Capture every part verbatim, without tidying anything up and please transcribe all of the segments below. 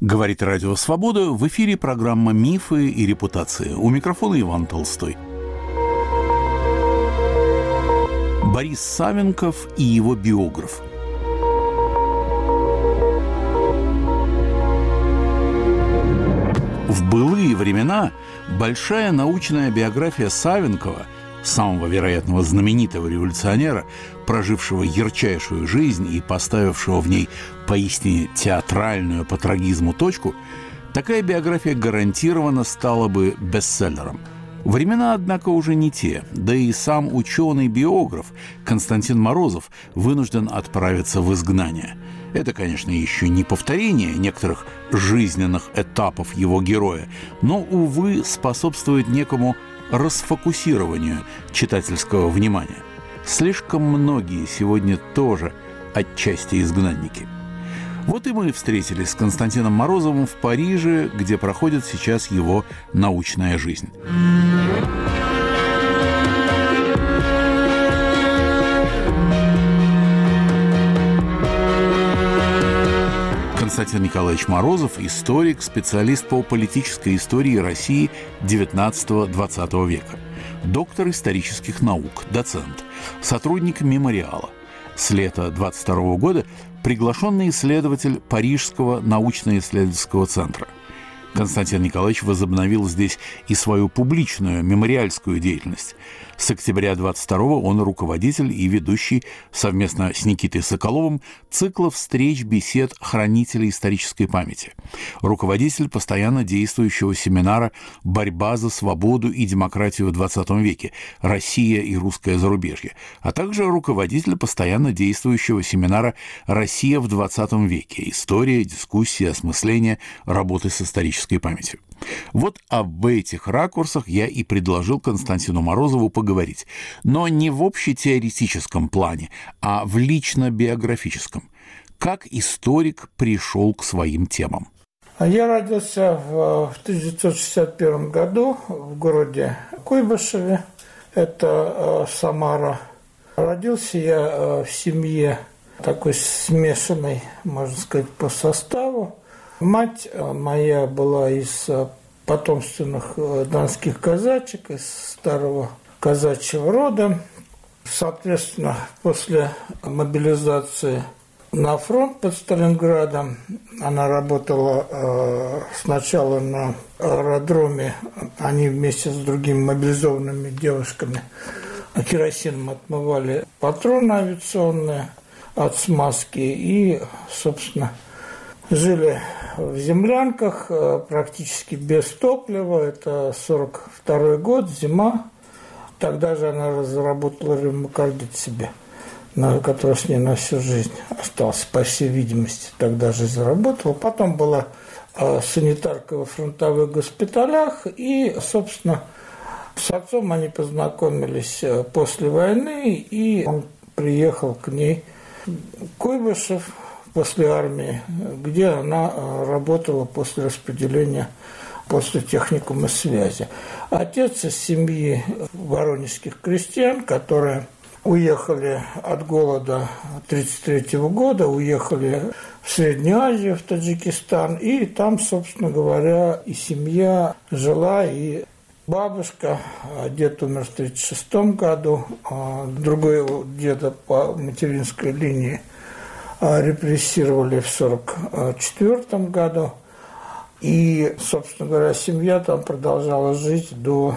Говорит Радио Свобода. В эфире программа «Мифы и репутации». У микрофона Иван Толстой. Борис Савенков и его биограф. В былые времена большая научная биография Савенкова, самого, вероятного, знаменитого революционера, прожившего ярчайшую жизнь и поставившего в ней поистине театральную по трагизму точку, такая биография гарантированно стала бы бестселлером. Времена, однако, уже не те, да и сам ученый-биограф Константин Морозов вынужден отправиться в изгнание. Это, конечно, еще не повторение некоторых жизненных этапов его героя, но, увы, способствует некому расфокусированию читательского внимания. Слишком многие сегодня тоже отчасти изгнанники. Вот и мы встретились с Константином Морозовым в Париже, где проходит сейчас его научная жизнь. Константин Николаевич Морозов – историк, специалист по политической истории России девятнадцатого-двадцатого века, доктор исторических наук, доцент, сотрудник мемориала. С лета двадцать второго года приглашенный исследователь Парижского научно-исследовательского центра. Константин Николаевич возобновил здесь и свою публичную мемориальскую деятельность. С октября двадцать второго он руководитель и ведущий совместно с Никитой Соколовым цикла встреч, бесед хранителей исторической памяти, руководитель постоянно действующего семинара «Борьба за свободу и демократию в двадцатом веке. Россия и русское зарубежье», а также руководитель постоянно действующего семинара «Россия в двадцатом веке. История, дискуссия, осмысление работы с исторической памятью». Вот об этих ракурсах я и предложил Константину Морозову поговорить, но не в общетеоретическом плане, а в лично-биографическом. Как историк пришел к своим темам? Я родился в тысяча девятьсот шестьдесят первом году в городе Куйбышеве, это Самара. Родился я в семье такой смешанной, можно сказать, по составу. Мать моя была из потомственных донских казачек, из старого казачьего рода. Соответственно, после мобилизации на фронт под Сталинградом она работала э, сначала на аэродроме. Они вместе с другими мобилизованными девушками керосином отмывали патроны авиационные от смазки и, собственно, жили в землянках практически без топлива. Это сорок второй год, зима. Тогда же она разработала ревмокардит себе, который с ней на всю жизнь остался, по всей видимости. Тогда же заработала. Потом была санитарка во фронтовых госпиталях. И, собственно, с отцом они познакомились после войны. И он приехал к ней в Куйбышев после армии, где она работала после распределения, после техникума связи. Отец из семьи воронежских крестьян, которые уехали от голода тридцать третьего года, уехали в Среднюю Азию, в Таджикистан, и там, собственно говоря, и семья жила, и бабушка, дед умер в тридцать шестом году, другой деда по материнской линии репрессировали в сорок четвёртом году. И, собственно говоря, семья там продолжала жить до,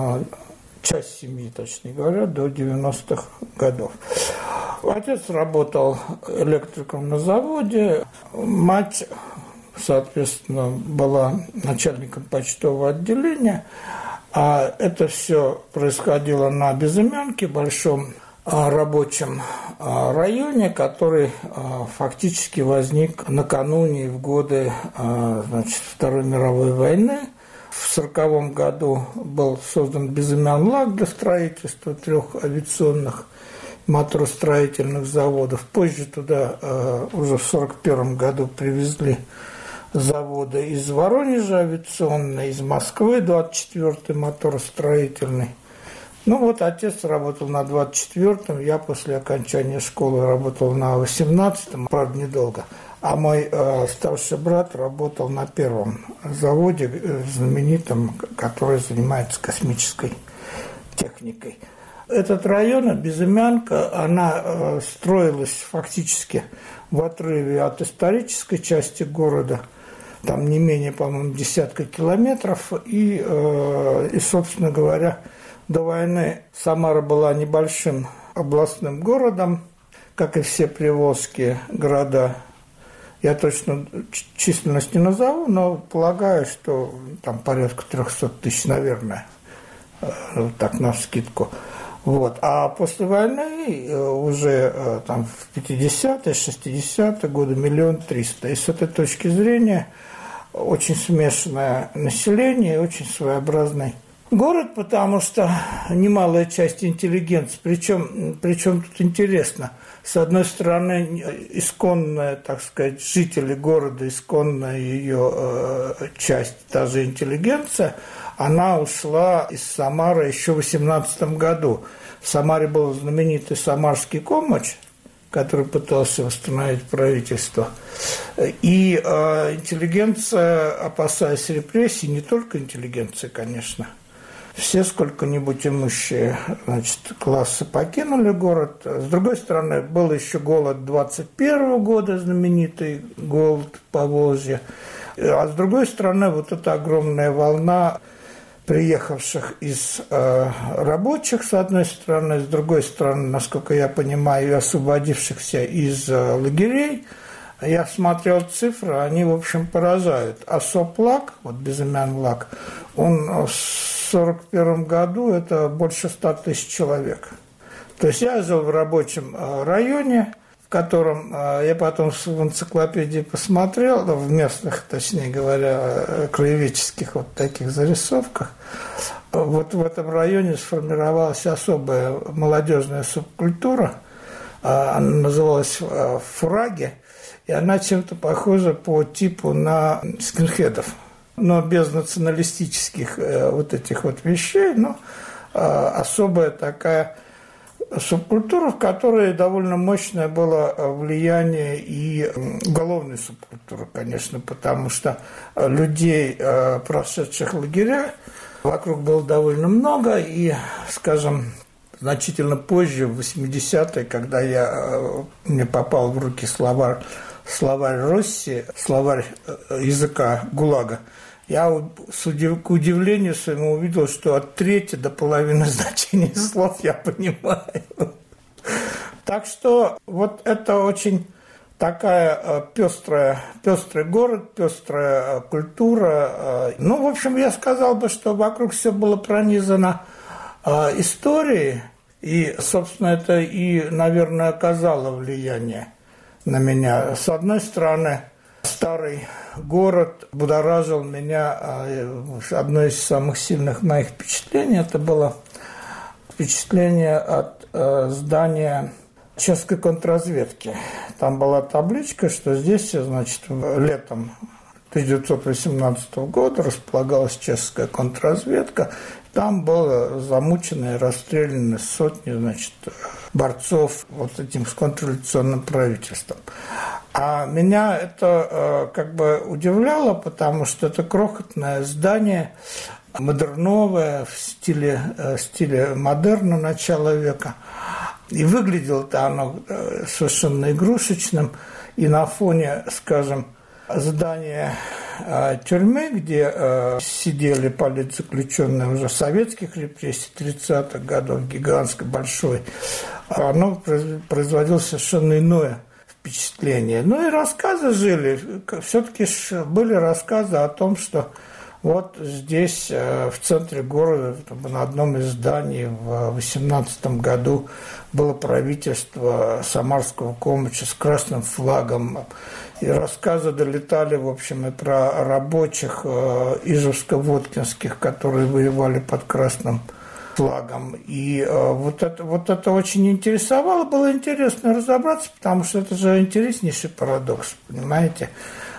часть семьи, точнее говоря, до девяностых годов. Отец работал электриком на заводе, мать, соответственно, была начальником почтового отделения, а это все происходило на Безымянке, большом рабочем районе, который фактически возник накануне в годы, значит, Второй мировой войны. В сороковом году был создан Безымян-Лаг для строительства трех авиационных моторостроительных заводов. Позже туда уже в сорок первом году привезли заводы из Воронежа авиационные, из Москвы двадцать четвёртый моторостроительный. Ну вот отец работал на двадцать четвёртом, я после окончания школы работал на восемнадцатом, правда, недолго. А мой э, старший брат работал на первом заводе, э, знаменитом, который занимается космической техникой. Этот район, Безымянка, она э, строилась фактически в отрыве от исторической части города. Там не менее, по-моему, десятка километров. И, э, и, собственно говоря, до войны Самара была небольшим областным городом, как и все приволжские города. Я точно численность не назову, но полагаю, что там порядка трехсот тысяч, наверное, так навскидку. Вот. А после войны уже там в пятидесятые, шестидесятые годы миллион триста. И с этой точки зрения очень смешанное население, очень своеобразный город, потому что немалая часть интеллигенции. Причем, причем тут интересно, с одной стороны, исконная, так сказать, жители города, исконная ее э, часть, та же интеллигенция, она ушла из Самары еще в восемнадцатом году. В Самаре был знаменитый Самарский Комач, который пытался восстановить правительство. И э, интеллигенция, опасаясь репрессий, не только интеллигенция, конечно, все сколько-нибудь имущие, значит, классы покинули город. С другой стороны, был еще голод двадцать первого года, знаменитый голод Поволжья. А с другой стороны, вот эта огромная волна приехавших из э, рабочих, с одной стороны, с другой стороны, насколько я понимаю, и освободившихся из э, лагерей. Я смотрел цифры, они, в общем, поражают. А Соплак, вот Безымян-Лак, он в сорок первом году это больше ста тысяч человек. То есть я жил в рабочем районе, в котором я потом в энциклопедии посмотрел, в местных, точнее говоря, краеведческих вот таких зарисовках. Вот в этом районе сформировалась особая молодежная субкультура, она называлась фураги, и она чем-то похожа по типу на скинхедов, но без националистических э, вот этих вот вещей, но э, особая такая субкультура, в которой довольно мощное было влияние и уголовной субкультуры, конечно, потому что людей, э, прошедших лагеря, вокруг было довольно много, и, скажем, значительно позже, в восьмидесятые, когда я, э, мне попал в руки словарь, словарь Росси, словарь языка ГУЛАГа, я с удив... к удивлению своему увидел, что от трети до половины значений слов я понимаю. Так что вот это очень такая пестрая, пестрый город, пестрая культура. Ну, в общем, я сказал бы, что вокруг все было пронизано историей, и, собственно, это и, наверное, оказало влияние на меня. С одной стороны, старый город будоражил меня. Одно из самых сильных моих впечатлений – это было впечатление от здания чешской контрразведки. Там была табличка, что здесь, значит, летом тысяча девятьсот восемнадцатого года располагалась чешская контрразведка. Там было замучено и расстреляно сотни, значит, борцов вот этим с контрреволюционным правительством. А меня это э, как бы удивляло, потому что это крохотное здание, модерновое, в стиле, э, стиле модерна начала века. И выглядело-то оно э, совершенно игрушечным. И на фоне, скажем, здания э, тюрьмы, где э, сидели политзаключенные уже советских репрессий тридцатых годов, гигантской, большой, оно производило совершенно иное впечатление. Ну и рассказы жили. Все-таки были рассказы о том, что вот здесь, в центре города, на одном из зданий в восемнадцатом году было правительство Самарского Комача с красным флагом. И рассказы долетали, в общем, и про рабочих ижевско-воткинских, которые воевали под красным флагом. И э, вот, это, вот это очень интересовало, было интересно разобраться, потому что это же интереснейший парадокс, понимаете?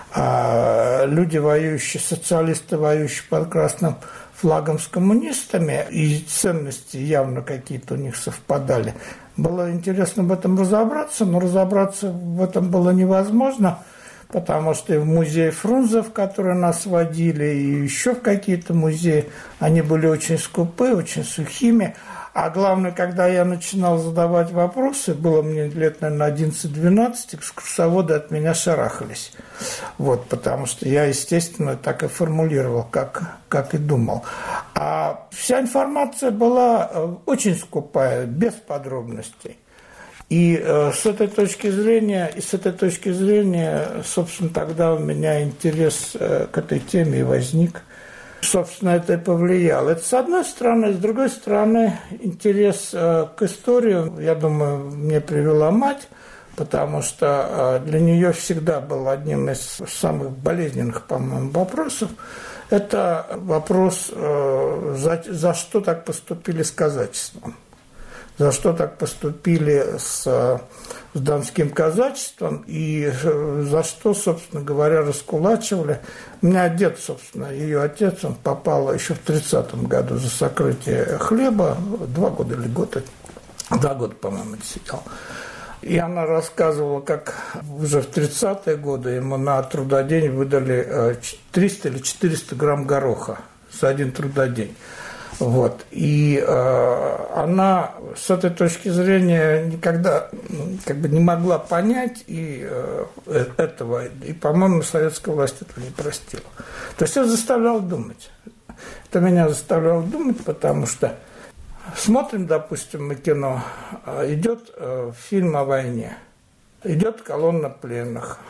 А люди, воюющие, социалисты, воюющие под красным флагом с коммунистами, и ценности явно какие-то у них совпадали. Было интересно в этом разобраться, но разобраться в этом было невозможно. потому что и в музей Фрунзе, в который нас водили, и еще в какие-то музеи, они были очень скупы, очень сухими. А главное, когда я начинал задавать вопросы, было мне лет, наверное, одиннадцать-двенадцать, экскурсоводы от меня шарахались. Вот, потому что я, естественно, так и формулировал, как, как и думал. А вся информация была очень скупая, без подробностей. И э, с этой точки зрения, и с этой точки зрения, собственно, тогда у меня интерес э, к этой теме и возник. Собственно, это и повлияло. Это с одной стороны. С другой стороны, интерес э, к истории, я думаю, мне привела мать, потому что э, для нее всегда был одним из самых болезненных, по-моему, вопросов. Это вопрос, э, за, за что так поступили с казачеством. За что так поступили с, с донским казачеством и за что, собственно говоря, раскулачивали. У меня дед, собственно, ее отец, он попал еще в тридцатом году за сокрытие хлеба, два года или год, два года, по-моему, сидел. И она рассказывала, как уже в тридцатые годы ему на трудодень выдали триста или четыреста грамм гороха за один трудодень. Вот. И э, она с этой точки зрения никогда как бы не могла понять и, э, этого. И, по-моему, советская власть этого не простила. То есть это заставляло думать. Это меня заставляло думать, потому что смотрим, допустим, мы кино, идет э, фильм о войне, идет колонна пленных.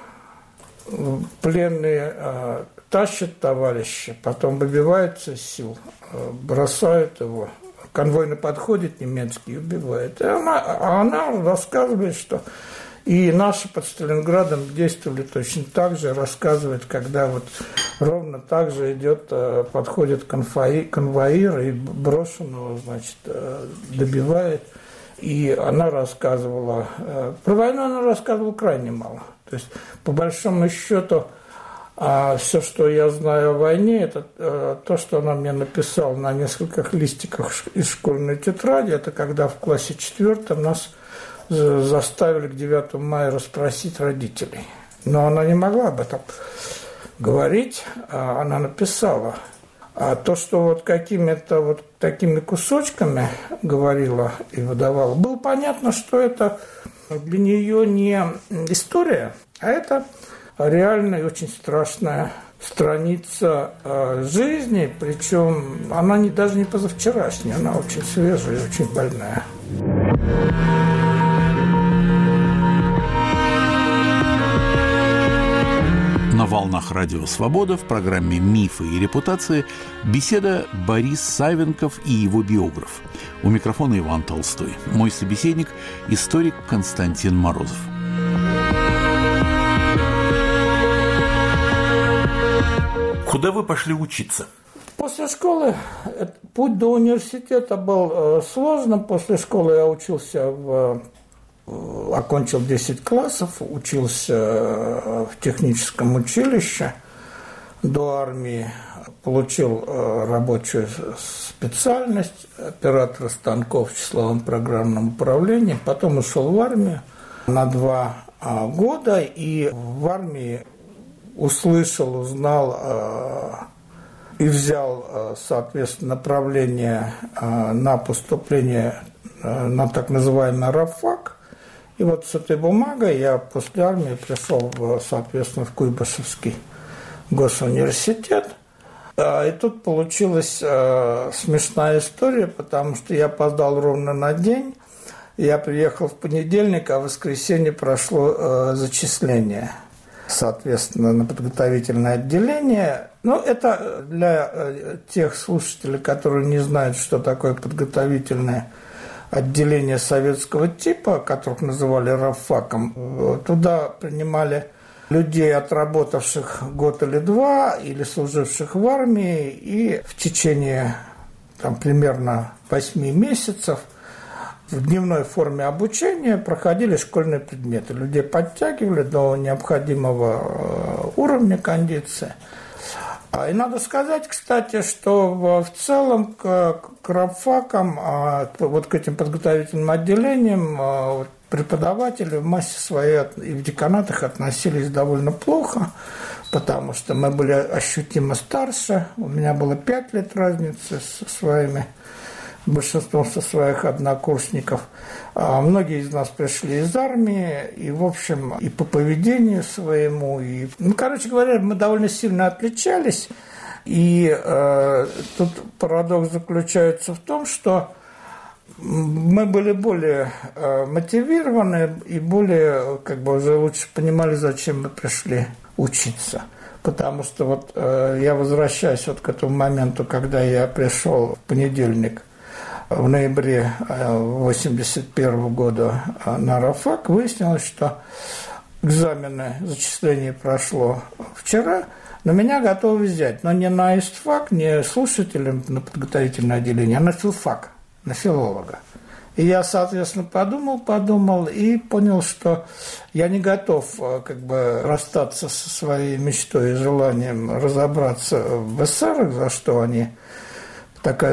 Пленные э, тащат товарища, потом выбиваются из сил, э, бросают его. Конвойный подходит немецкий и убивает. И она, а она рассказывает, что и наши под Сталинградом действовали точно так же, рассказывает, когда вот ровно так же идет, э, подходит конвоир, конвоир и брошенного, значит, э, добивает. И она рассказывала, э, про войну она рассказывала крайне мало. То есть, по большому счету, а все, что я знаю о войне, это а, то, что она мне написала на нескольких листиках из школьной тетради. Это когда в классе четвертом нас заставили к девятому мая расспросить родителей. Но она не могла об этом говорить, а она написала. А то, что вот какими-то вот такими кусочками говорила и выдавала, было понятно, что это для нее не история, а это реальная и очень страшная страница э, жизни, причем она не, даже не позавчерашняя, она очень свежая и очень больная. На волнах Радио Свобода в программе «Мифы и репутации» беседа Борис Савенков и его биограф. У микрофона Иван Толстой. Мой собеседник – историк Константин Морозов. Куда вы пошли учиться? После школы путь до университета был сложным. После школы я учился в... окончил десять классов, учился в техническом училище до армии, получил рабочую специальность оператора станков в числовом программном управлении, потом ушел в армию на два года и в армии услышал, узнал и взял, соответственно, направление на поступление на так называемый рабфак. И вот с этой бумагой я после армии пришел, в, соответственно, в Куйбышевский госуниверситет. И тут получилась э, смешная история, потому что я опоздал ровно на день. Я приехал в понедельник, а в воскресенье прошло э, зачисление, соответственно, на подготовительное отделение. Ну, это для э, тех слушателей, которые не знают, что такое подготовительное отделение советского типа, которых называли рабфаком. Туда принимали людей, отработавших год или два, или служивших в армии, и в течение там, примерно восьми месяцев в дневной форме обучения проходили школьные предметы. Людей подтягивали до необходимого уровня кондиции. И надо сказать, кстати, что в целом к, к рабфакам, вот к этим подготовительным отделениям преподаватели в массе своей и в деканатах относились довольно плохо, потому что мы были ощутимо старше. У меня было пять лет разницы со своими, большинством со своих однокурсников. А многие из нас пришли из армии, и, в общем, и по поведению своему, и, ну, короче говоря, мы довольно сильно отличались. И э, тут парадокс заключается в том, что мы были более э, мотивированы и более, как бы, уже лучше понимали, зачем мы пришли учиться. Потому что вот э, я возвращаюсь вот к этому моменту, когда я пришел в понедельник в ноябре восемьдесят первого года на РАФАК, выяснилось, что экзамены зачисления прошло вчера, но меня готовы взять, но не на ИСТФАК, не слушателем на подготовительное отделение, а на филфак, на филолога. И я, соответственно, подумал, подумал и понял, что я не готов как бы расстаться со своей мечтой и желанием разобраться в эсерах, за что они такая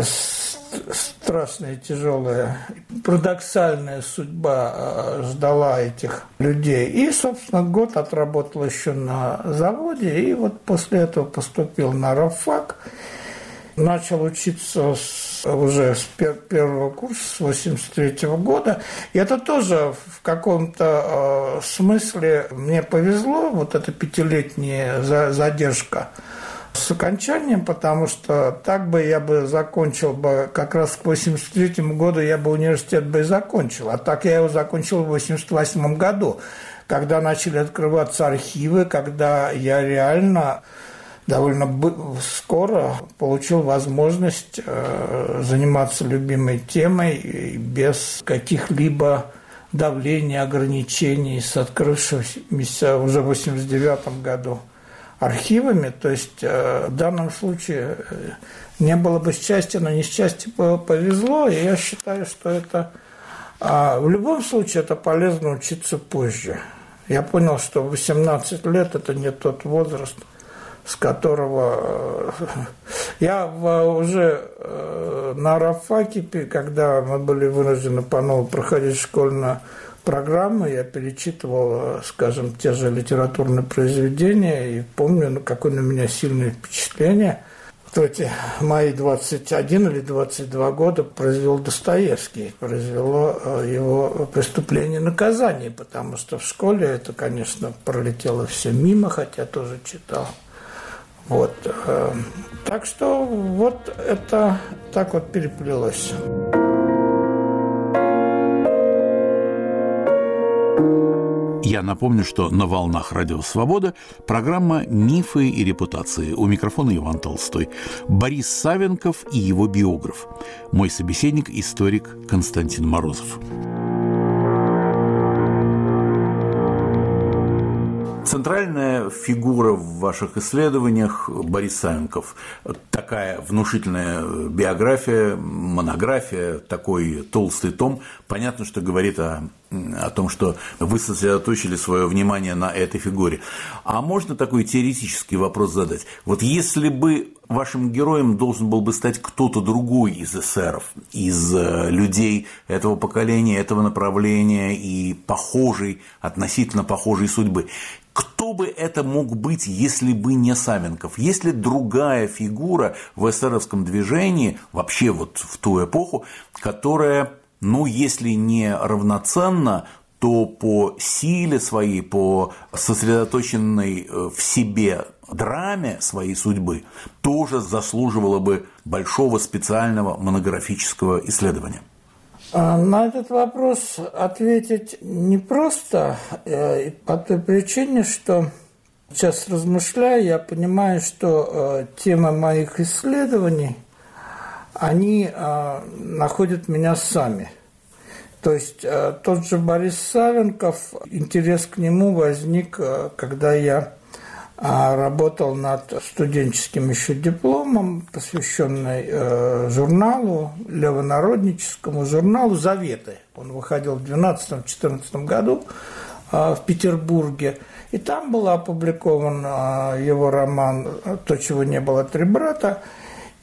страшная, тяжелая, парадоксальная судьба ждала этих людей. И, собственно, год отработал еще на заводе, и вот после этого поступил на РАФАК. Начал учиться с, уже с пер, первого курса, с восемьдесят третьего года. И это тоже в каком-то э, смысле мне повезло, вот эта пятилетняя за, задержка с окончанием, потому что так бы я бы закончил бы, как раз к восемьдесят третьему году я бы университет бы и закончил. А так я его закончил в восемьдесят восьмом году, когда начали открываться архивы, когда я реально довольно скоро получил возможность э, заниматься любимой темой без каких-либо давлений, ограничений с открывшимися уже в восемьдесят девятом году архивами. То есть э, в данном случае не было бы счастья, но несчастье повезло, и я считаю, что это э, в любом случае это полезно учиться позже. Я понял, что восемнадцать лет – это не тот возраст, с которого я уже на РАФАКе, когда мы были вынуждены по новой проходить школьную программу, я перечитывал, скажем, те же литературные произведения и помню, ну, какое на меня сильное впечатление в эти мои двадцать один или двадцать два года произвел Достоевский, произвело его «Преступление и наказание», потому что в школе это, конечно, пролетело все мимо, хотя тоже читал. Вот. Так что вот это так вот переплелось. Я напомню, что на «Волнах Радио Свобода» программа «Мифы и репутации». У микрофона Иван Толстой. Борис Савенков и его биограф. Мой собеседник – историк Константин Морозов. Центральная фигура в ваших исследованиях – Борис Савенков. Такая внушительная биография, монография, такой толстый том. Понятно, что говорит о, о том, что вы сосредоточили свое внимание на этой фигуре. А можно такой теоретический вопрос задать? Вот если бы вашим героем должен был бы стать кто-то другой из эсеров, из людей этого поколения, этого направления и похожей, относительно похожей судьбы, кто бы это мог быть, если бы не Савенков? Есть ли другая фигура в эсеровском движении, вообще вот в ту эпоху, которая, ну, если не равноценна, то по силе своей, по сосредоточенной в себе драме своей судьбы, тоже заслуживала бы большого специального монографического исследования? На этот вопрос ответить непросто, по той причине, что сейчас размышляя, я понимаю, что темы моих исследований, они находят меня сами. То есть тот же Борис Савенков, интерес к нему возник, когда я работал над студенческим еще дипломом, посвященный э, журналу, левонародническому журналу «Заветы». Он выходил в двенадцатом-четырнадцатом году э, в Петербурге. И там был опубликован э, его роман «То, чего не было, три брата».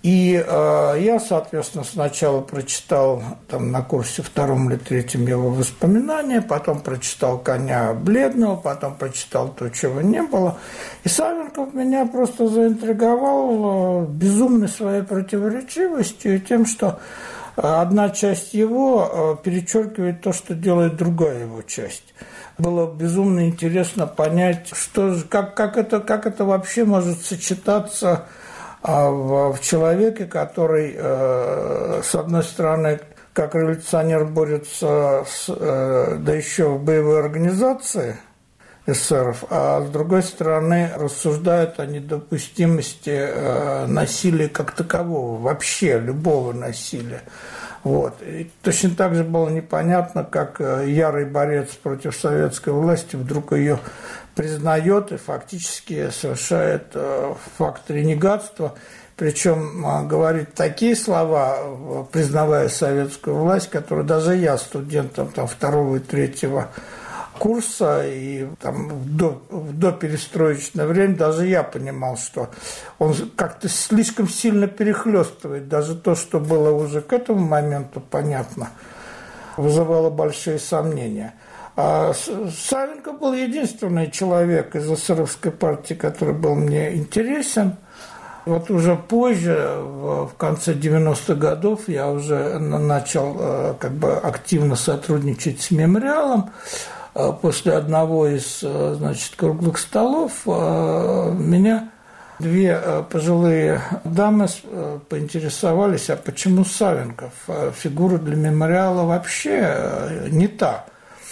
И э, я, соответственно, сначала прочитал там, на курсе втором или третьем его воспоминания, потом прочитал «Коня бледного», потом прочитал «То, чего не было». И Савенков меня просто заинтриговал э, безумной своей противоречивостью и тем, что одна часть его э, перечеркивает то, что делает другая его часть. Было безумно интересно понять, что, как, как, это, как это вообще может сочетаться в, в человеке, который, э, с одной стороны, как революционер борется, с, э, да еще в боевой организации эсеров, а с другой стороны рассуждает о недопустимости э, насилия как такового, вообще любого насилия. Вот. И точно так же было непонятно, как ярый борец против советской власти вдруг ее признает и фактически совершает э, факт ренегатства, причем э, говорит такие слова, э, признавая советскую власть, которые даже я, студентом там, второго и третьего курса и там, в, до, в доперестроечное время даже я понимал, что он как-то слишком сильно перехлестывает. Даже то, что было уже к этому моменту понятно, вызывало большие сомнения. А Савенков был единственный человек из эсеровской партии, который был мне интересен. Вот уже позже, в конце девяностых годов, я уже начал как бы активно сотрудничать с «Мемориалом». После одного из, значит, круглых столов меня две пожилые дамы поинтересовались, а почему Савенков? Фигура для «Мемориала» вообще не та.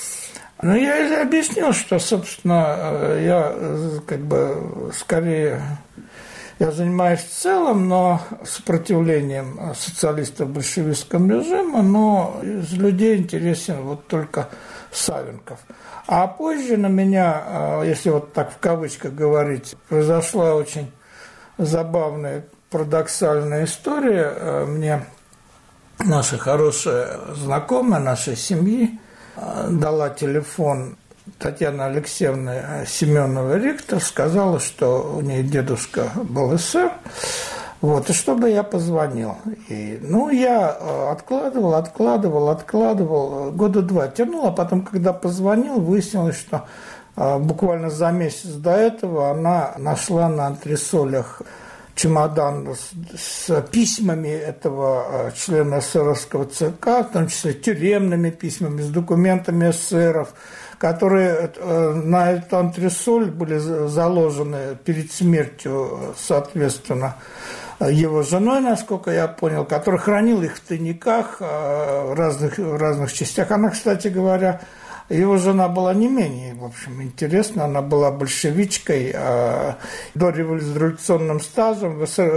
Но я объяснил, что, собственно, я как бы скорее... Я занимаюсь в целом, но сопротивлением социалистов большевистскому режиму, но из людей интересен вот только Савенков. А позже на меня, если вот так в кавычках говорить, произошла очень забавная, парадоксальная история. Мне наша хорошая знакомая нашей семьи дала телефон Татьяны Алексеевны Семеновой-Риктор, сказала, что у нее дедушка был эсер, вот, и чтобы я позвонил. И, ну, я откладывал, откладывал, откладывал, года два тянул, а потом, когда позвонил, выяснилось, что буквально за месяц до этого она нашла на антресолях чемодан с, с письмами этого члена эсеровского ЦК, в том числе тюремными письмами, с документами эсеров, которые на эту антресоль были заложены перед смертью, соответственно, его женой, насколько я понял, который хранил их в тайниках в разных, в разных частях. Она, кстати говоря, его жена была не менее, в общем, интересна. Она была большевичкой, а дореволюционным стажем.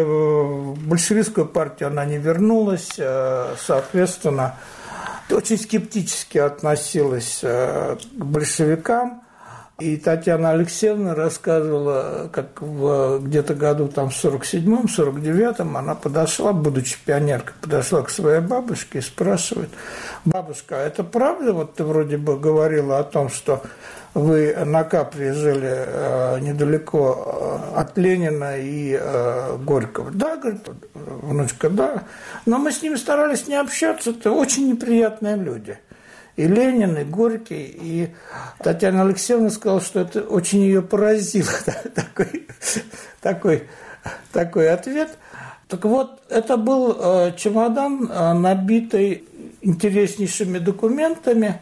В большевистскую партию она не вернулась, соответственно, очень скептически относилась к большевикам. И Татьяна Алексеевна рассказывала, как в где-то году там в сорок седьмом — сорок девятом она подошла, будучи пионеркой, подошла к своей бабушке и спрашивает: «Бабушка, а это правда? Вот ты вроде бы говорила о том, что вы на Капри жили э, недалеко от Ленина и э, Горького». «Да, — говорит внучка, — да. Но мы с ними старались не общаться, это очень неприятные люди». И Ленин, и Горький, и Татьяна Алексеевна сказала, что это очень ее поразило, такой, такой, такой ответ. Так вот, это был чемодан, набитый интереснейшими документами,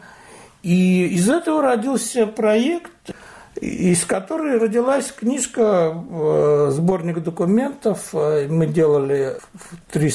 и из этого родился проект, из которой родилась книжка, сборник документов. Мы делали три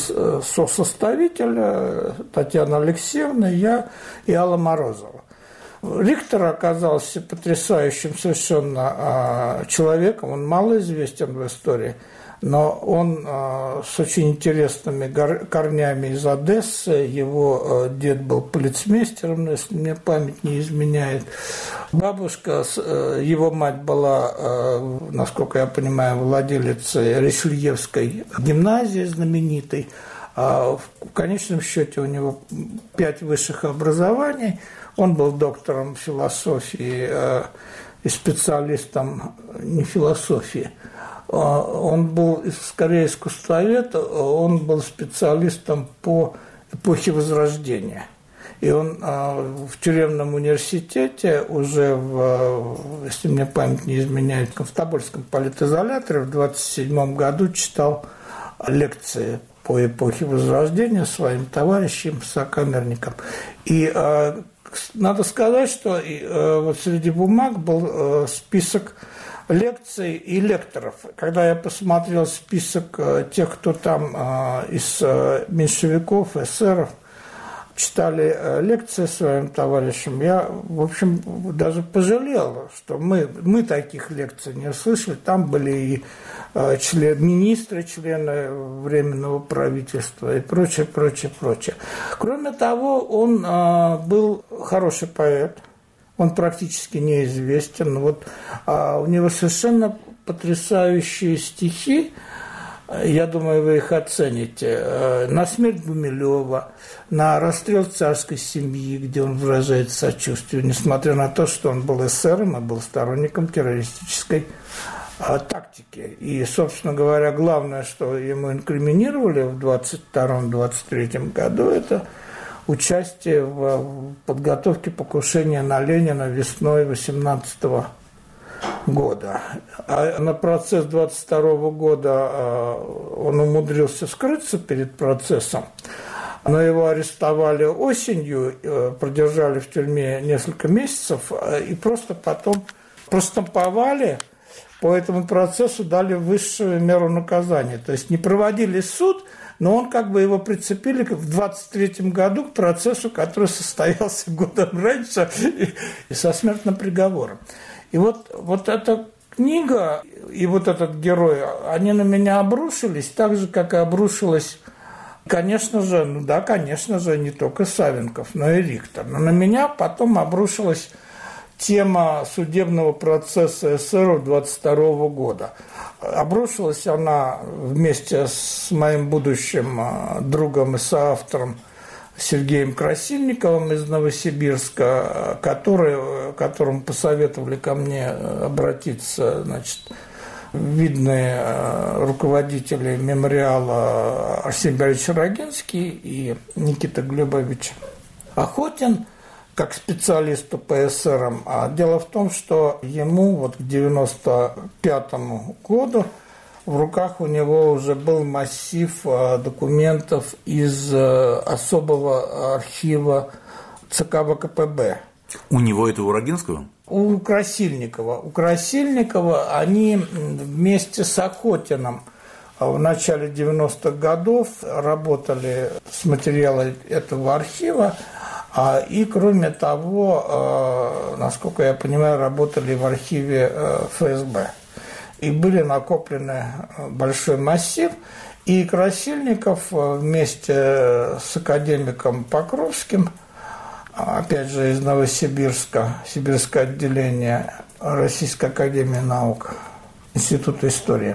сосоставителя: Татьяна Алексеевна, я и Алла Морозова. Риктор оказался потрясающим совершенно человеком, он малоизвестен в истории, но он с очень интересными корнями из Одессы. Его дед был полицмейстером, если мне память не изменяет. Бабушка, его мать была, насколько я понимаю, владелицей Ришельевской гимназии знаменитой. В конечном счете у него пять высших образований. Он был доктором философии и специалистом не философии, Он был скорее искусствовед, он был специалистом по эпохе Возрождения. И он в тюремном университете уже, в, если мне память не изменяет, в Тобольском политизоляторе в двадцать седьмом году читал лекции по эпохе Возрождения своим товарищам, сокамерникам. И э, надо сказать, что э, вот среди бумаг был э, список лекций и лекторов. Когда я посмотрел список э, тех, кто там э, из э, меньшевиков, эсеров, читали э, лекции своим товарищам, я, в общем, даже пожалел, что мы, мы таких лекций не слышали. Там были и э, член, министры, члены Временного правительства и прочее, прочее, прочее. Кроме того, он э, был хороший поэт, он практически неизвестен. Вот, э, у него совершенно потрясающие стихи. Я думаю, вы их оцените. На смерть Гумилева, на расстрел царской семьи, где он выражает сочувствие, несмотря на то, что он был эсером, а был сторонником террористической а, тактики. И, собственно говоря, главное, что ему инкриминировали в двадцать втором — двадцать третьем году, это участие в подготовке покушения на Ленина весной восемнадцатого года. А на процесс двадцать второго года он умудрился скрыться перед процессом, но его арестовали осенью, продержали в тюрьме несколько месяцев и просто потом простамповали, по этому процессу дали высшую меру наказания. То есть не проводили суд, но он как бы его прицепили в двадцать третьем году к процессу, который состоялся годом раньше и, и со смертным приговором. И вот, вот эта книга и вот этот герой, они на меня обрушились, так же, как и обрушилась, конечно же, ну да, конечно же, не только Савенков, но и Рихтер. Но на меня потом обрушилась тема судебного процесса эсеров двадцать второго года. Обрушилась она вместе с моим будущим другом и соавтором Сергеем Красильниковым из Новосибирска, который, которому посоветовали ко мне обратиться, значит, видные руководители мемориала Арсений Борисович Рогинский и Никита Глебович Охотин, как специалисту по эсерам. А дело в том, что ему вот к девяносто пятому году в руках у него уже был массив документов из особого архива ЦК ВКПБ. У него это у Рогинского? У Красильникова. У Красильникова они вместе с Охотиным в начале девяностых годов работали с материалами этого архива. И, кроме того, насколько я понимаю, работали в архиве эф эс бэ. И были накоплены большой массив. И Красильников вместе с академиком Покровским, опять же из Новосибирска, Сибирское отделение Российской академии наук, Института истории,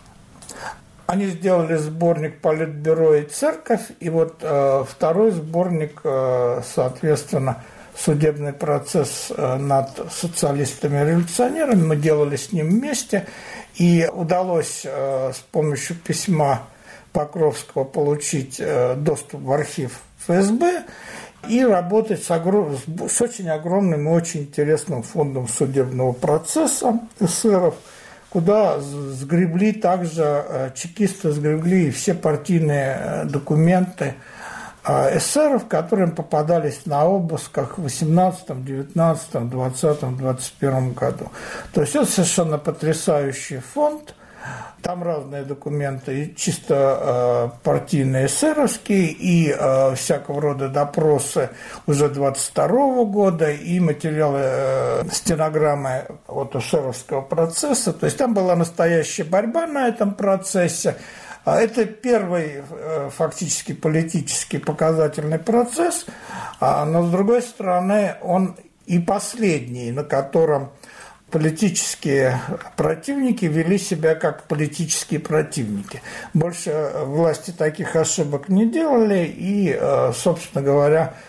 они сделали сборник «Политбюро и церковь», и вот э, второй сборник, э, соответственно, «Судебный процесс над социалистами-революционерами». Мы делали с ним вместе, и удалось э, с помощью письма Покровского получить э, доступ в архив эф эс бэ и работать с, огром... с очень огромным и очень интересным фондом судебного процесса эсеров, куда сгребли также, чекисты сгребли и все партийные документы эсеров, которые им попадались на обысках в восемнадцатом, девятнадцатом, двадцатом, двадцать первом году. То есть это совершенно потрясающий фонд. Там разные документы, и чисто э, партийные эсеровские, и э, всякого рода допросы уже двадцать второго года, и материалы, э, стенограммы от эсеровского процесса. То есть там была настоящая борьба на этом процессе. Это первый э, фактически политический показательный процесс, а, но, с другой стороны, он и последний, на котором политические противники вели себя как политические противники. Больше власти таких ошибок не делали, и, собственно говоря,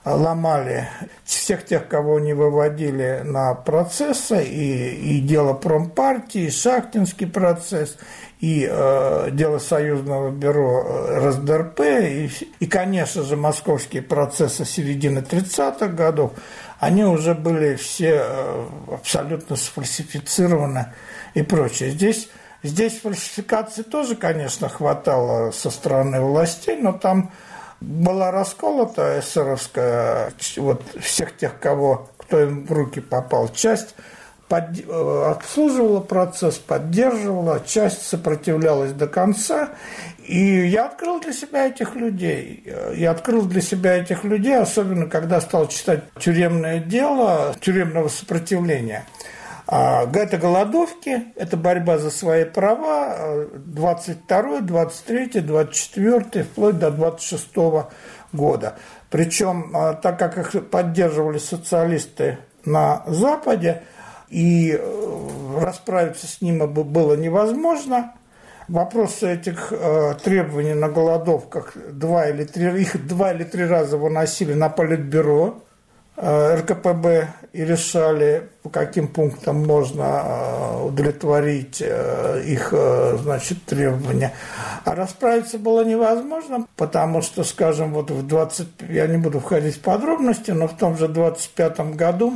ломали всех тех, кого не выводили на процессы, и, и дело промпартии, и Шахтинский процесс, и э, дело Союзного бюро РСДРП, и, и, конечно же, московские процессы середины тридцатых годов, они уже были все э, абсолютно сфальсифицированы и прочее. Здесь, здесь фальсификаций тоже, конечно, хватало со стороны властей, но там была расколота эсеровская, вот всех тех, кого, кто им в руки попал, часть под, обслуживала процесс, поддерживала, часть сопротивлялась до конца. И я открыл для себя этих людей. Я открыл для себя этих людей, особенно когда стал читать «Тюремное дело», «Тюремного сопротивления». Это голодовки, это борьба за свои права, двадцать второй, двадцать третий, двадцать четвёртый, вплоть до двадцать шестого года. Причем, так как их поддерживали социалисты на Западе, и расправиться с ними было невозможно, вопросы этих требований на голодовках два или три, их два или три раза выносили на Политбюро эр ка пэ бэ и решали, по каким пунктам можно удовлетворить их, значит, требования. А расправиться было невозможно, потому что, скажем, вот в двадцать, я не буду входить в подробности, но в том же двадцать пятом году,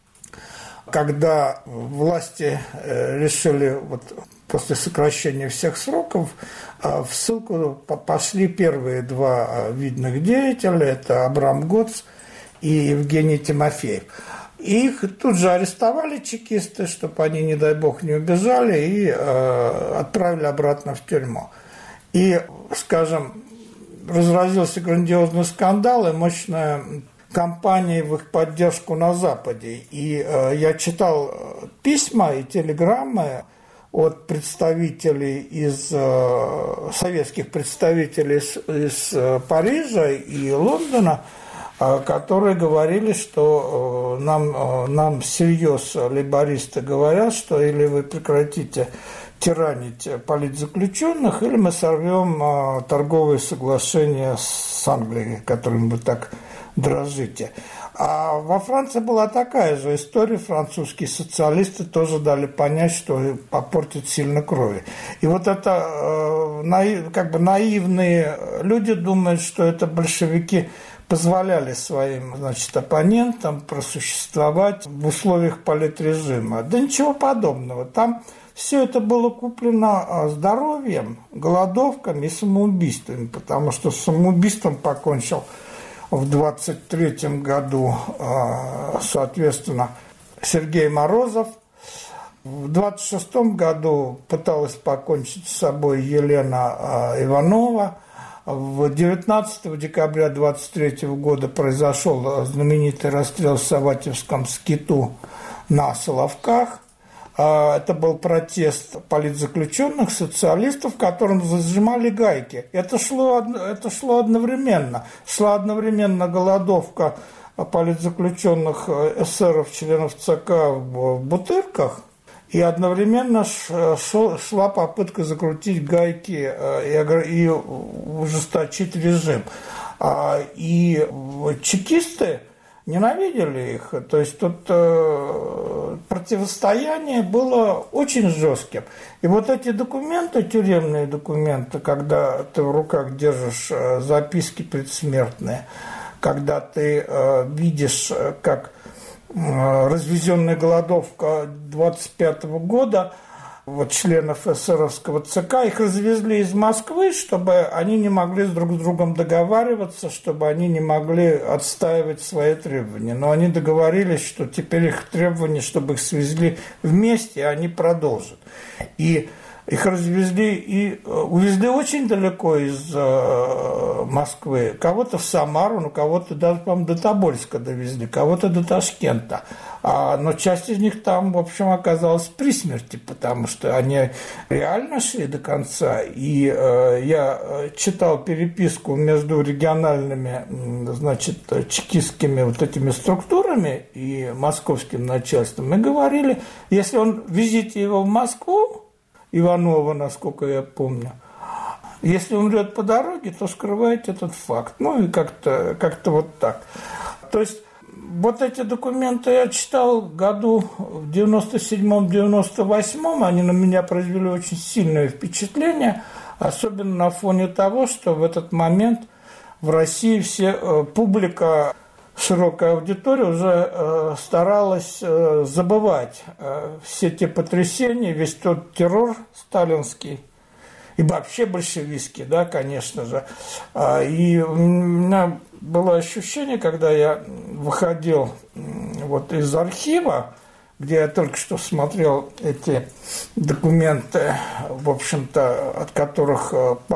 когда власти решили вот после сокращения всех сроков, в ссылку пошли первые два видных деятеля, это Абрам Гоц и Евгений Тимофеев. Их тут же арестовали чекисты, чтобы они, не дай бог, не убежали, и э, отправили обратно в тюрьму. И, скажем, разразился грандиозный скандал и мощная кампания в их поддержку на Западе. И э, я читал письма и телеграммы от представителей из э, советских представителей из, из э, Парижа и Лондона, которые говорили, что нам, нам всерьез лейбористы говорят, что или вы прекратите тиранить политзаключенных, или мы сорвем торговые соглашения с Англией, которым вы так дрожите. А во Франции была такая же история. Французские социалисты тоже дали понять, что попортит сильно крови. И вот это как бы наивные люди думают, что это большевики позволяли своим, значит, оппонентам просуществовать в условиях политрежима. Да ничего подобного. Там все это было куплено здоровьем, голодовками и самоубийствами, потому что самоубийством покончил в двадцать третьем году, соответственно, Сергей Морозов. В двадцать шестом году пыталась покончить с собой Елена Иванова. В девятнадцатого декабря двадцать третьего года произошел знаменитый расстрел в Саватьевском скиту на Соловках. Это был протест политзаключенных, социалистов, которым зажимали гайки. Это шло, это шло одновременно. Шла одновременно голодовка политзаключенных эсеров, членов ЦК в Бутырках, и одновременно шла попытка закрутить гайки и ужесточить режим. И чекисты ненавидели их. То есть тут противостояние было очень жестким. И вот эти документы, тюремные документы, когда ты в руках держишь записки предсмертные, когда ты видишь, как развезенная голодовка двадцать пятого года, вот членов эсеровского ЦК, их развезли из Москвы, чтобы они не могли друг с другом договариваться, чтобы они не могли отстаивать свои требования. Но они договорились, что теперь их требования, чтобы их свезли вместе, они продолжат. И их развезли и увезли очень далеко из э, Москвы. Кого-то в Самару, ну, кого-то даже, по-моему, до Тобольска довезли, кого-то до Ташкента. А, но часть из них там, в общем, оказалась при смерти, потому что они реально шли до конца. И э, я читал переписку между региональными, значит, чекистскими вот этими структурами и московским начальством. Мы говорили, если он, везите его в Москву, Иванова, насколько я помню. Если умрет по дороге, то скрывайте этот факт. Ну и как-то как-то вот так. То есть вот эти документы я читал году в девяносто седьмом — девяносто восьмом, они на меня произвели очень сильное впечатление, особенно на фоне того, что в этот момент в России все, публика, широкая аудитория уже э, старалась э, забывать э, все те потрясения, весь тот террор сталинский и вообще большевистский, да, конечно же. А, и у меня было ощущение, когда я выходил вот из архива, где я только что смотрел эти документы, в общем-то, от которых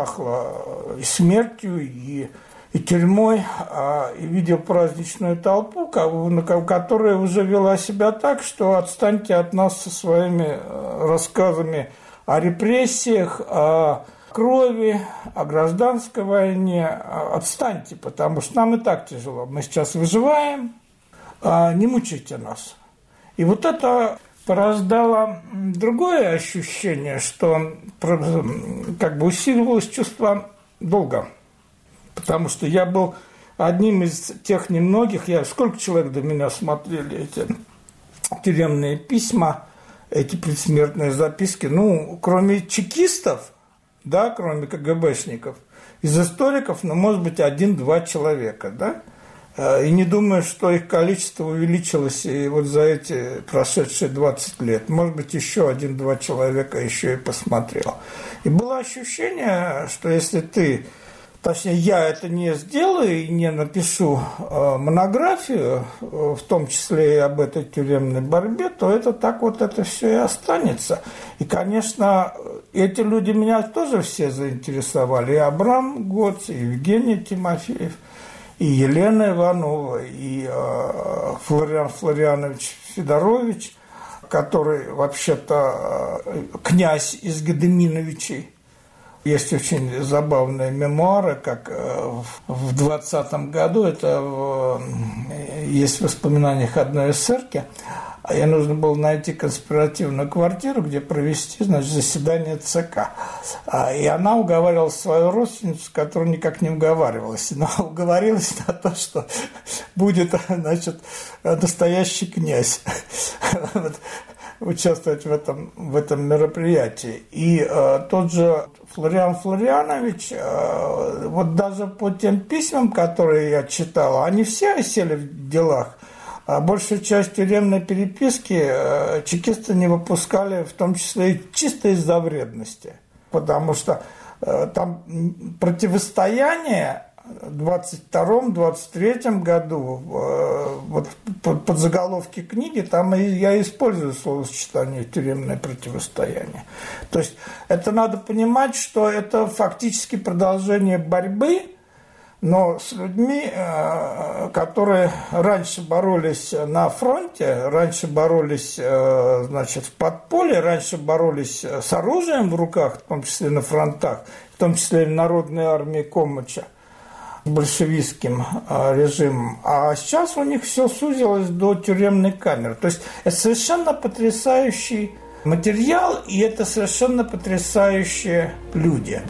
пахло и смертью, и и тюрьмой, и видел праздничную толпу, которая уже вела себя так, что отстаньте от нас со своими рассказами о репрессиях, о крови, о гражданской войне. Отстаньте, потому что нам и так тяжело. Мы сейчас выживаем, не мучайте нас. И вот это порождало другое ощущение, что как бы усиливалось чувство долга. Потому что я был одним из тех немногих, я, сколько человек до меня смотрели эти тюремные письма, эти предсмертные записки, ну, кроме чекистов, да, кроме КГБшников, из историков, ну, может быть, один-два человека, да, и не думаю, что их количество увеличилось и вот за эти прошедшие двадцать лет. Может быть, еще один-два человека еще и посмотрел. И было ощущение, что если ты... Точнее, я это не сделаю и не напишу э, монографию, э, в том числе и об этой тюремной борьбе, то это так вот это все и останется. И, конечно, эти люди меня тоже все заинтересовали. И Абрам Гоц, и Евгений Тимофеев, и Елена Иванова, и э, Флориан Флорианович Федорович, который вообще-то э, князь из Гедеминовичей. Есть очень забавные мемуары, как в двадцатом году, это есть в воспоминаниях одной эсерки, ей нужно было найти конспиративную квартиру, где провести, значит, заседание ЦК. И она уговаривала свою родственницу, которая никак не уговаривалась, но уговорилась на то, что будет, значит, настоящий князь участвовать в этом, в этом мероприятии. И э, тот же Флориан Флорианович, э, вот даже по тем письмам, которые я читал, они все осели в делах. А большую часть тюремной переписки э, чекисты не выпускали, в том числе и чисто из-за вредности. Потому что э, там противостояние в двадцать втором — двадцать третьем году, вот под заголовки книги, там я использую словосочетание «тюремное противостояние». То есть это надо понимать, что это фактически продолжение борьбы, но с людьми, которые раньше боролись на фронте, раньше боролись, значит, в подполье, раньше боролись с оружием в руках, в том числе на фронтах, в том числе и в Народной армии Комача, большевистским режимом, а сейчас у них все сузилось до тюремной камеры. То есть это совершенно потрясающий материал, и это совершенно потрясающие люди.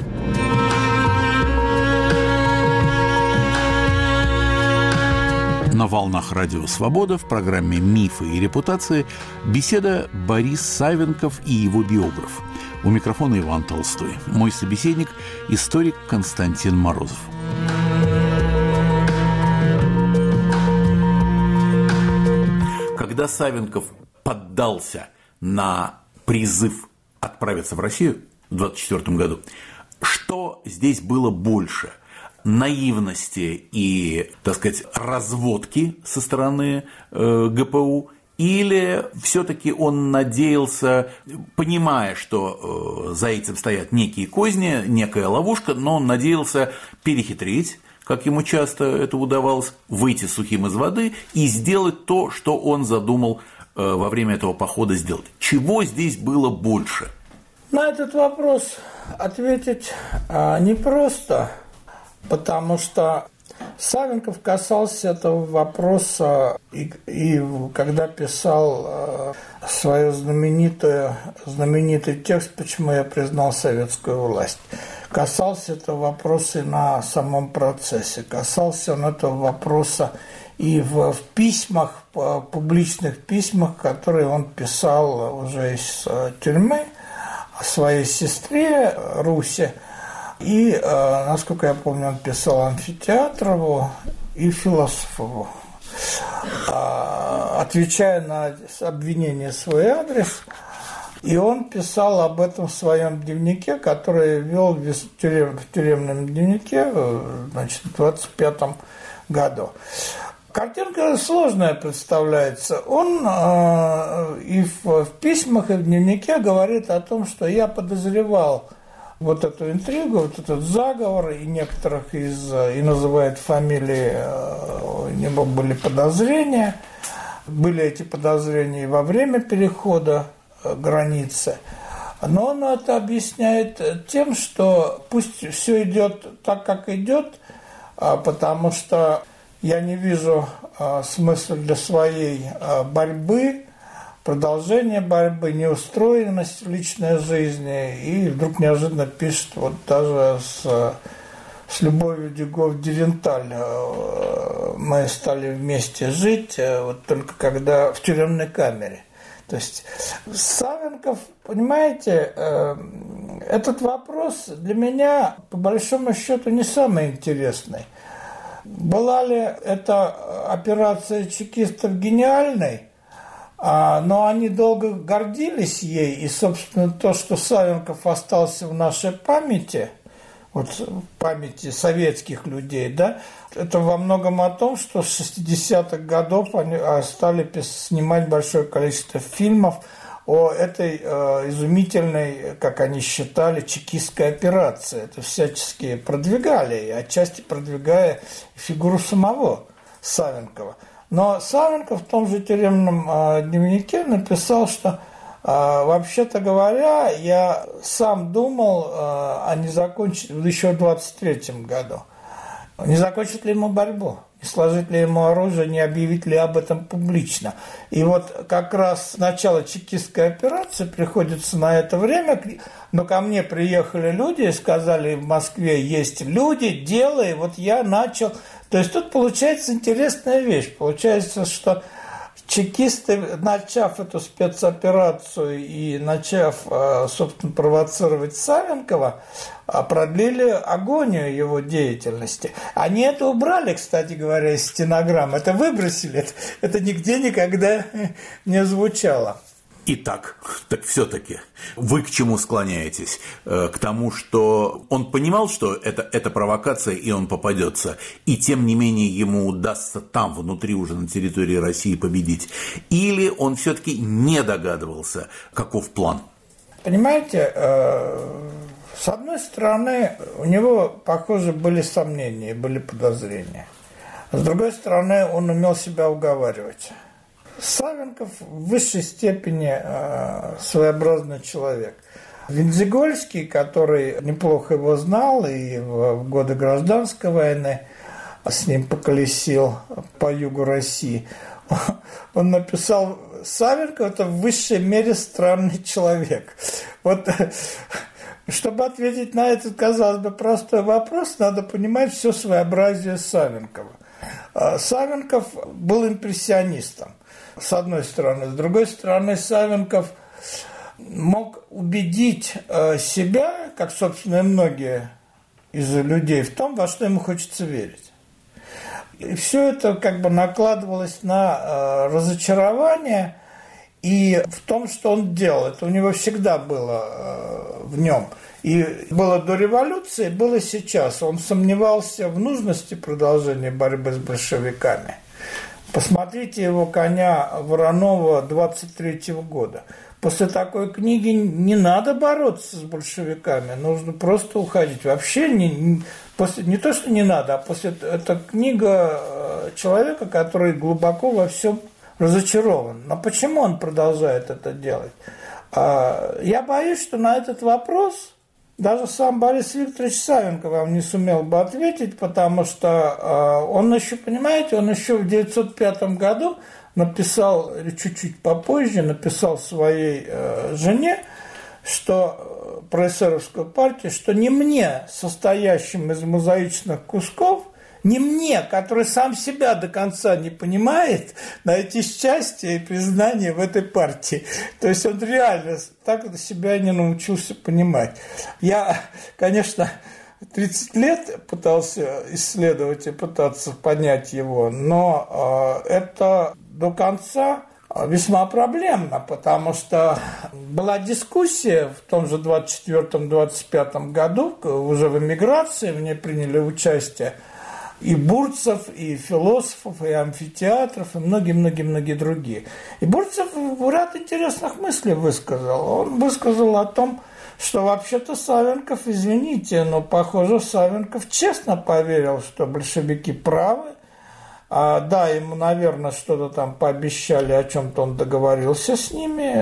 На волнах Радио Свобода в программе «Мифы и репутации» беседа Борис Савенков и его биограф. У микрофона Иван Толстой. Мой собеседник – историк Константин Морозов. Когда Савенков поддался на призыв отправиться в Россию в двадцать четвёртом году, что здесь было больше? Наивности и, так сказать, разводки со стороны э, ГПУ, или все-таки он надеялся, понимая, что э, за этим стоят некие козни, некая ловушка, но он надеялся перехитрить, как ему часто это удавалось, выйти сухим из воды и сделать то, что он задумал э, во время этого похода сделать. Чего здесь было больше? На этот вопрос ответить а, непросто. Потому что Савенков касался этого вопроса, и, и когда писал э, свой знаменитый, знаменитый текст «Почему я признал советскую власть», касался этого вопроса и на самом процессе, касался он этого вопроса и в, в письмах, в публичных письмах, которые он писал уже из тюрьмы своей сестре Русе. И, насколько я помню, он писал Амфитеатрову и Философову, отвечая на обвинение в свой адрес. И он писал об этом в своем дневнике, который вел в, тюрем, в тюремном дневнике, значит, в двадцать пятом году. Картинка сложная представляется. Он э, и в, в письмах, и в дневнике говорит о том, что я подозревал вот эту интригу, вот этот заговор, и некоторых из, и называет фамилии, э, у него были подозрения. Были эти подозрения и во время перехода границы. Но он это объясняет тем, что пусть все идет так, как идет, потому что я не вижу смысла для своей борьбы, продолжения борьбы, неустроенность в личной жизни. И вдруг неожиданно пишет, вот даже с, с Любовью Дюгов-Дивенталь мы стали вместе жить, вот только когда в тюремной камере. То есть Савенков, понимаете, этот вопрос для меня, по большому счету, не самый интересный. Была ли эта операция чекистов гениальной, но они долго гордились ей, и, собственно, то, что Савенков остался в нашей памяти, вот в памяти советских людей, да, это во многом о том, что с шестидесятых годов они стали снимать большое количество фильмов о этой э, изумительной, как они считали, чекистской операции. Это всячески продвигали, и отчасти продвигая фигуру самого Савенкова. Но Савенков в том же тюремном э, дневнике написал, что э, вообще-то говоря, я сам думал, э, а не закончить еще в двадцать третьем году. Не закончит ли ему борьбу? Не сложить ли ему оружие, не объявить ли об этом публично? И вот как раз начало чекистской операции приходится на это время, но ко мне приехали люди и сказали, в Москве есть люди, дело, и вот я начал. То есть тут получается интересная вещь. Получается, что чекисты, начав эту спецоперацию и начав, собственно, провоцировать Савенкова, продлили агонию его деятельности. Они это убрали, кстати говоря, из стенограмм. Это выбросили. Это, это нигде никогда не звучало. Итак, так все-таки вы к чему склоняетесь? К тому, что он понимал, что это, это провокация, и он попадется, и тем не менее ему удастся там, внутри уже на территории России победить? Или он все-таки не догадывался, каков план? Понимаете, с одной стороны, у него, похоже, были сомнения, были подозрения. С другой стороны, он умел себя уговаривать. Савенков в высшей степени э, своеобразный человек. Вензигольский, который неплохо его знал и в, в годы гражданской войны с ним поколесил по югу России, он написал: Савенков – это в высшей мере странный человек. Вот, чтобы ответить на этот, казалось бы, простой вопрос, надо понимать все своеобразие Савенкова. Савенков был импрессионистом, с одной стороны. С другой стороны, Савенков мог убедить себя, как, собственно, и многие из людей, в том, во что ему хочется верить. И все это как бы накладывалось на разочарование и в том, что он делал. Это у него всегда было в нем. И было до революции, было сейчас. Он сомневался в нужности продолжения борьбы с большевиками. Посмотрите его «Коня» Воронова двадцать третьего года. После такой книги не надо бороться с большевиками, нужно просто уходить. Вообще не, не, после, не то, что не надо, а после это книга человека, который глубоко во всем разочарован. Но почему он продолжает это делать? Я боюсь, что на этот вопрос даже сам Борис Викторович Савенков вам не сумел бы ответить, потому что он еще, понимаете, он еще в девятьсот пятом году написал, или чуть-чуть попозже, написал своей жене, что про эсеровскую партию, что не мне, состоящим из мозаичных кусков, не мне, который сам себя до конца не понимает, найти счастье и признание в этой партии. То есть он реально так себя не научился понимать. Я, конечно, тридцать лет пытался исследовать и пытаться понять его, но э, это до конца весьма проблемно, потому что была дискуссия в том же двадцать четвёртом — двадцать пятом году, уже в эмиграции, в ней приняли участие и Бурцев, и философов, и амфитеатров, и многие-многие-многие другие. И Бурцев ряд интересных мыслей высказал. Он высказал о том, что вообще-то Савенков, извините, но, похоже, Савенков честно поверил, что большевики правы. А, да, ему, наверное, что-то там пообещали, о чем-то он договорился с ними,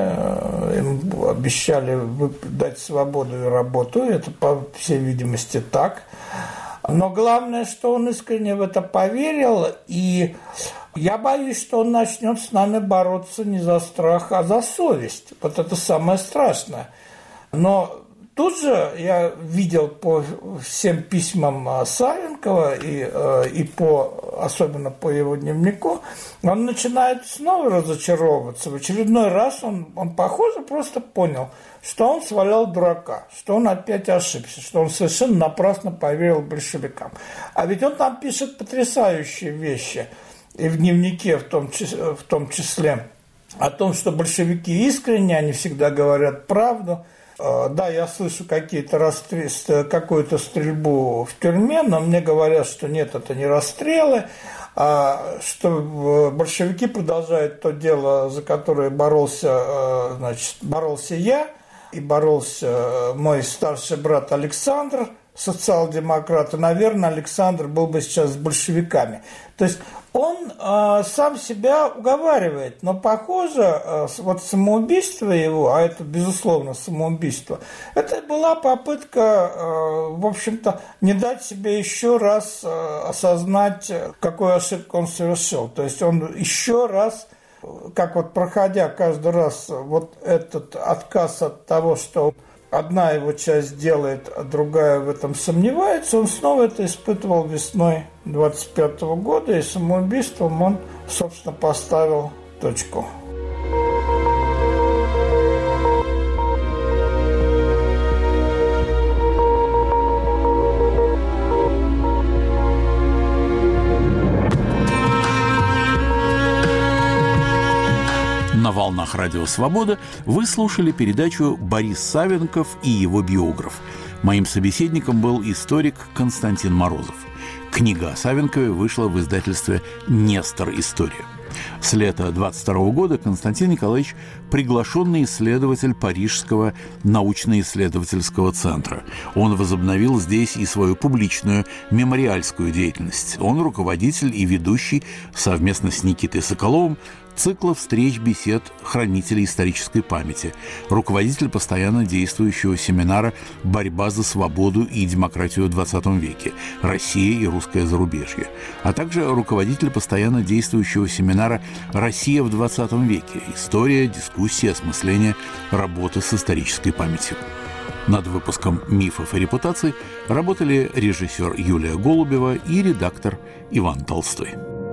им обещали дать свободу и работу, это, по всей видимости, так. Но главное, что он искренне в это поверил, и я боюсь, что он начнет с нами бороться не за страх, а за совесть. Вот это самое страшное. Но тут же я видел по всем письмам Савенкова и, и по, особенно по его дневнику, он начинает снова разочаровываться. В очередной раз он, он, похоже, просто понял, что он свалял дурака, что он опять ошибся, что он совершенно напрасно поверил большевикам. А ведь он там пишет потрясающие вещи, и в дневнике в том числе, в том числе о том, что большевики искренне, они всегда говорят правду. Да, я слышу какие-то расстрел... какую-то стрельбу в тюрьме, но мне говорят, что нет, это не расстрелы, а что большевики продолжают то дело, за которое боролся, значит, боролся я и боролся мой старший брат Александр, социал-демократ, и, наверное, Александр был бы сейчас с большевиками. То есть он э, сам себя уговаривает, но, похоже, э, вот самоубийство его, а это, безусловно, самоубийство, это была попытка, э, в общем-то, не дать себе еще раз э, осознать, какую ошибку он совершил. То есть он еще раз, как вот проходя каждый раз вот этот отказ от того, что одна его часть делает, а другая в этом сомневается, он снова это испытывал весной двадцать пятого года, и самоубийством он, собственно, поставил точку. На волнах Радио Свобода вы слушали передачу «Борис Савенков и его биограф». Моим собеседником был историк Константин Морозов. Книга о Савенкове вышла в издательстве «Нестор. История». С лета двадцать второго года Константин Николаевич – приглашенный исследователь Парижского научно-исследовательского центра. Он возобновил здесь и свою публичную мемориальскую деятельность. Он руководитель и ведущий совместно с Никитой Соколовым цикла встреч-бесед хранителей исторической памяти, руководитель постоянно действующего семинара «Борьба за свободу и демократию в двадцатом веке. Россия и русское зарубежье», а также руководитель постоянно действующего семинара «Россия в двадцатом веке. История, дискуссия, осмысление работы с исторической памятью». Над выпуском «Мифов и репутаций» работали режиссер Юлия Голубева и редактор Иван Толстой.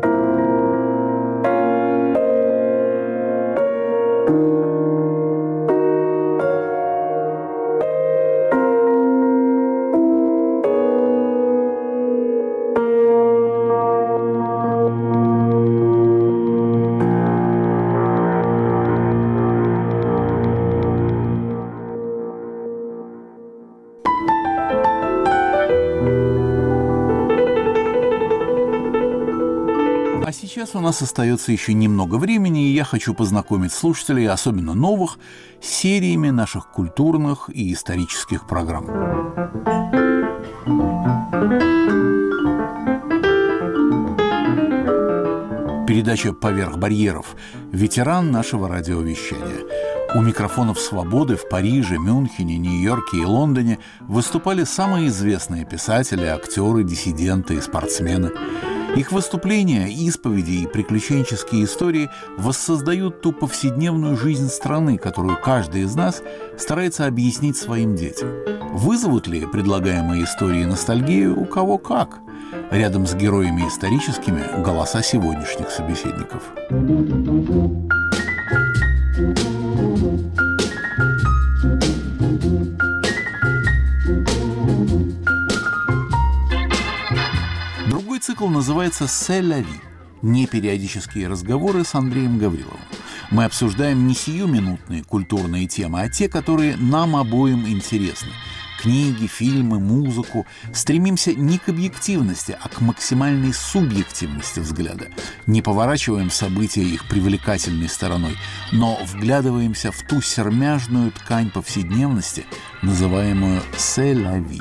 Сейчас у нас остается еще немного времени, и я хочу познакомить слушателей, особенно новых, с сериями наших культурных и исторических программ. Передача «Поверх барьеров» – ветеран нашего радиовещания. У микрофонов «Свободы» в Париже, Мюнхене, Нью-Йорке и Лондоне выступали самые известные писатели, актеры, диссиденты и спортсмены. Их выступления, исповеди и приключенческие истории воссоздают ту повседневную жизнь страны, которую каждый из нас старается объяснить своим детям. Вызовут ли предлагаемые истории ностальгию у кого как? Рядом с героями историческими голоса сегодняшних собеседников. Другой цикл называется «C'est la vie» – непериодические разговоры с Андреем Гавриловым. Мы обсуждаем не сиюминутные культурные темы, а те, которые нам обоим интересны. Книги, фильмы, музыку. Стремимся не к объективности, а к максимальной субъективности взгляда. Не поворачиваем события их привлекательной стороной, но вглядываемся в ту сермяжную ткань повседневности, называемую «C'est la vie».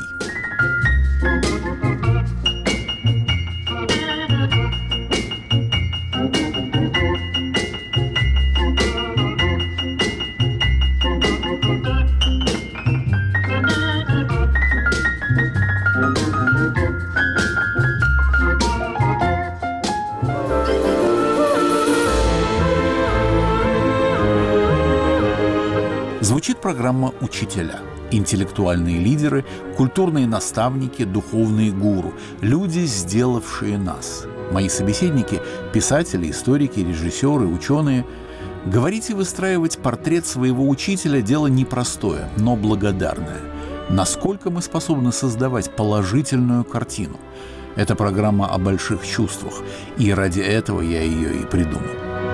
Звучит программа «Учителя». Интеллектуальные лидеры, культурные наставники, духовные гуру. Люди, сделавшие нас. Мои собеседники – писатели, историки, режиссеры, ученые. Говорить и выстраивать портрет своего учителя – дело непростое, но благодарное. Насколько мы способны создавать положительную картину? Это программа о больших чувствах, и ради этого я ее и придумал.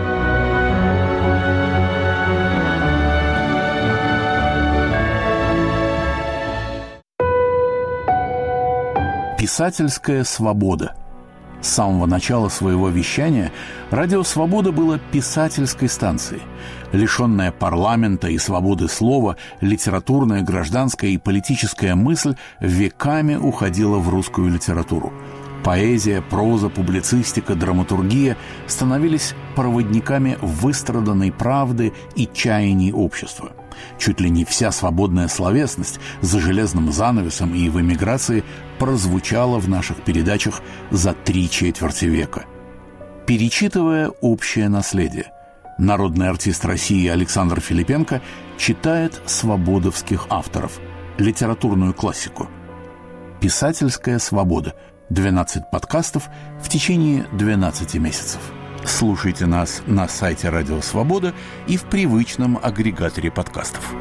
Писательская свобода. С самого начала своего вещания радио «Свобода» было писательской станцией. Лишенная парламента и свободы слова, литературная, гражданская и политическая мысль веками уходила в русскую литературу. Поэзия, проза, публицистика, драматургия становились проводниками выстраданной правды и чаяний общества. Чуть ли не вся свободная словесность за железным занавесом и в эмиграции прозвучала в наших передачах за три четверти века. Перечитывая общее наследие, народный артист России Александр Филипенко читает свободовских авторов, литературную классику. «Писательская свобода». двенадцать подкастов в течение двенадцати месяцев. Слушайте нас на сайте «Радио Свобода» и в привычном агрегаторе подкастов.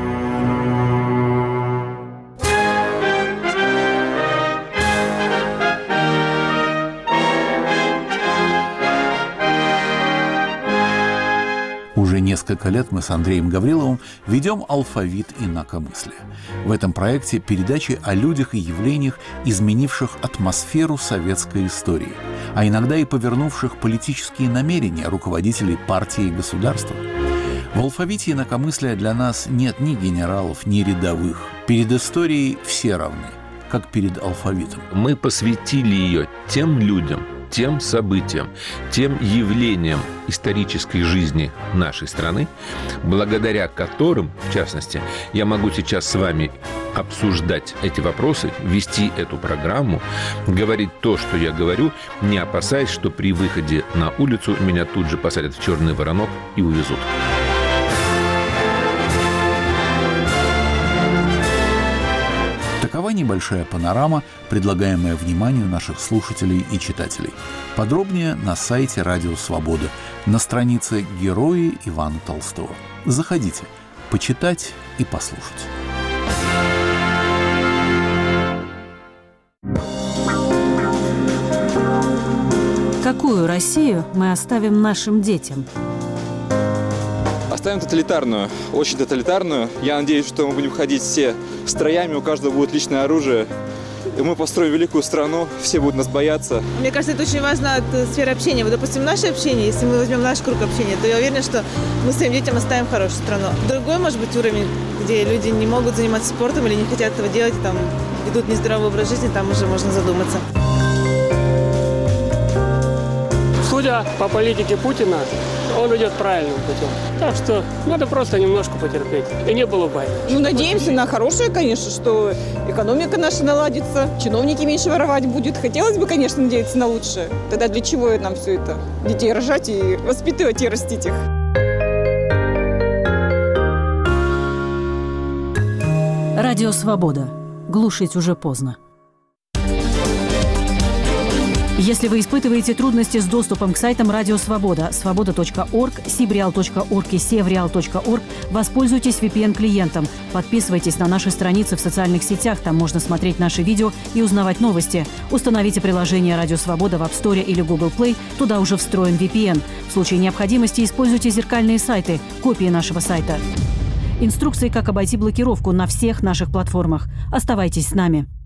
Уже несколько лет мы с Андреем Гавриловым ведем алфавит инакомыслия. В этом проекте передачи о людях и явлениях, изменивших атмосферу советской истории, а иногда и повернувших политические намерения руководителей партии и государства. В алфавите инакомыслия для нас нет ни генералов, ни рядовых. Перед историей все равны, как перед алфавитом. Мы посвятили ее тем людям, тем событиям, тем явлениям исторической жизни нашей страны, благодаря которым, в частности, я могу сейчас с вами обсуждать эти вопросы, вести эту программу, говорить то, что я говорю, не опасаясь, что при выходе на улицу меня тут же посадят в черный воронок и увезут. Такова небольшая панорама, предлагаемая вниманию наших слушателей и читателей. Подробнее на сайте «Радио Свобода», на странице «Герои Ивана Толстого». Заходите, почитать и послушать. Какую Россию мы оставим нашим детям? Оставим тоталитарную, очень тоталитарную. Я надеюсь, что мы будем ходить все строями, у каждого будет личное оружие. И мы построим великую страну, все будут нас бояться. Мне кажется, это очень важно от сферы общения. Вот, допустим, наше общение, если мы возьмем наш круг общения, то я уверена, что мы своим детям оставим хорошую страну. Другой, может быть, уровень, где люди не могут заниматься спортом или не хотят этого делать, там ведут нездоровый образ жизни, там уже можно задуматься. В ходе судя по политике Путина, он идет правильным путем. Так что надо просто немножко потерпеть. И не было войны. Ну, надеемся на хорошее, конечно, что экономика наша наладится, чиновники меньше воровать будут. Хотелось бы, конечно, надеяться на лучшее. Тогда для чего нам все это? Детей рожать и воспитывать и растить их. Радио «Свобода». Глушить уже поздно. Если вы испытываете трудности с доступом к сайтам Радио Свобода, свобода точка орг, сибреал точка орг и севреал точка орг, воспользуйтесь ви пи эн-клиентом. Подписывайтесь на наши страницы в социальных сетях, там можно смотреть наши видео и узнавать новости. Установите приложение Радио Свобода в App Store или Google Play, туда уже встроен ви пи эн. В случае необходимости используйте зеркальные сайты, копии нашего сайта. Инструкции, как обойти блокировку на всех наших платформах. Оставайтесь с нами.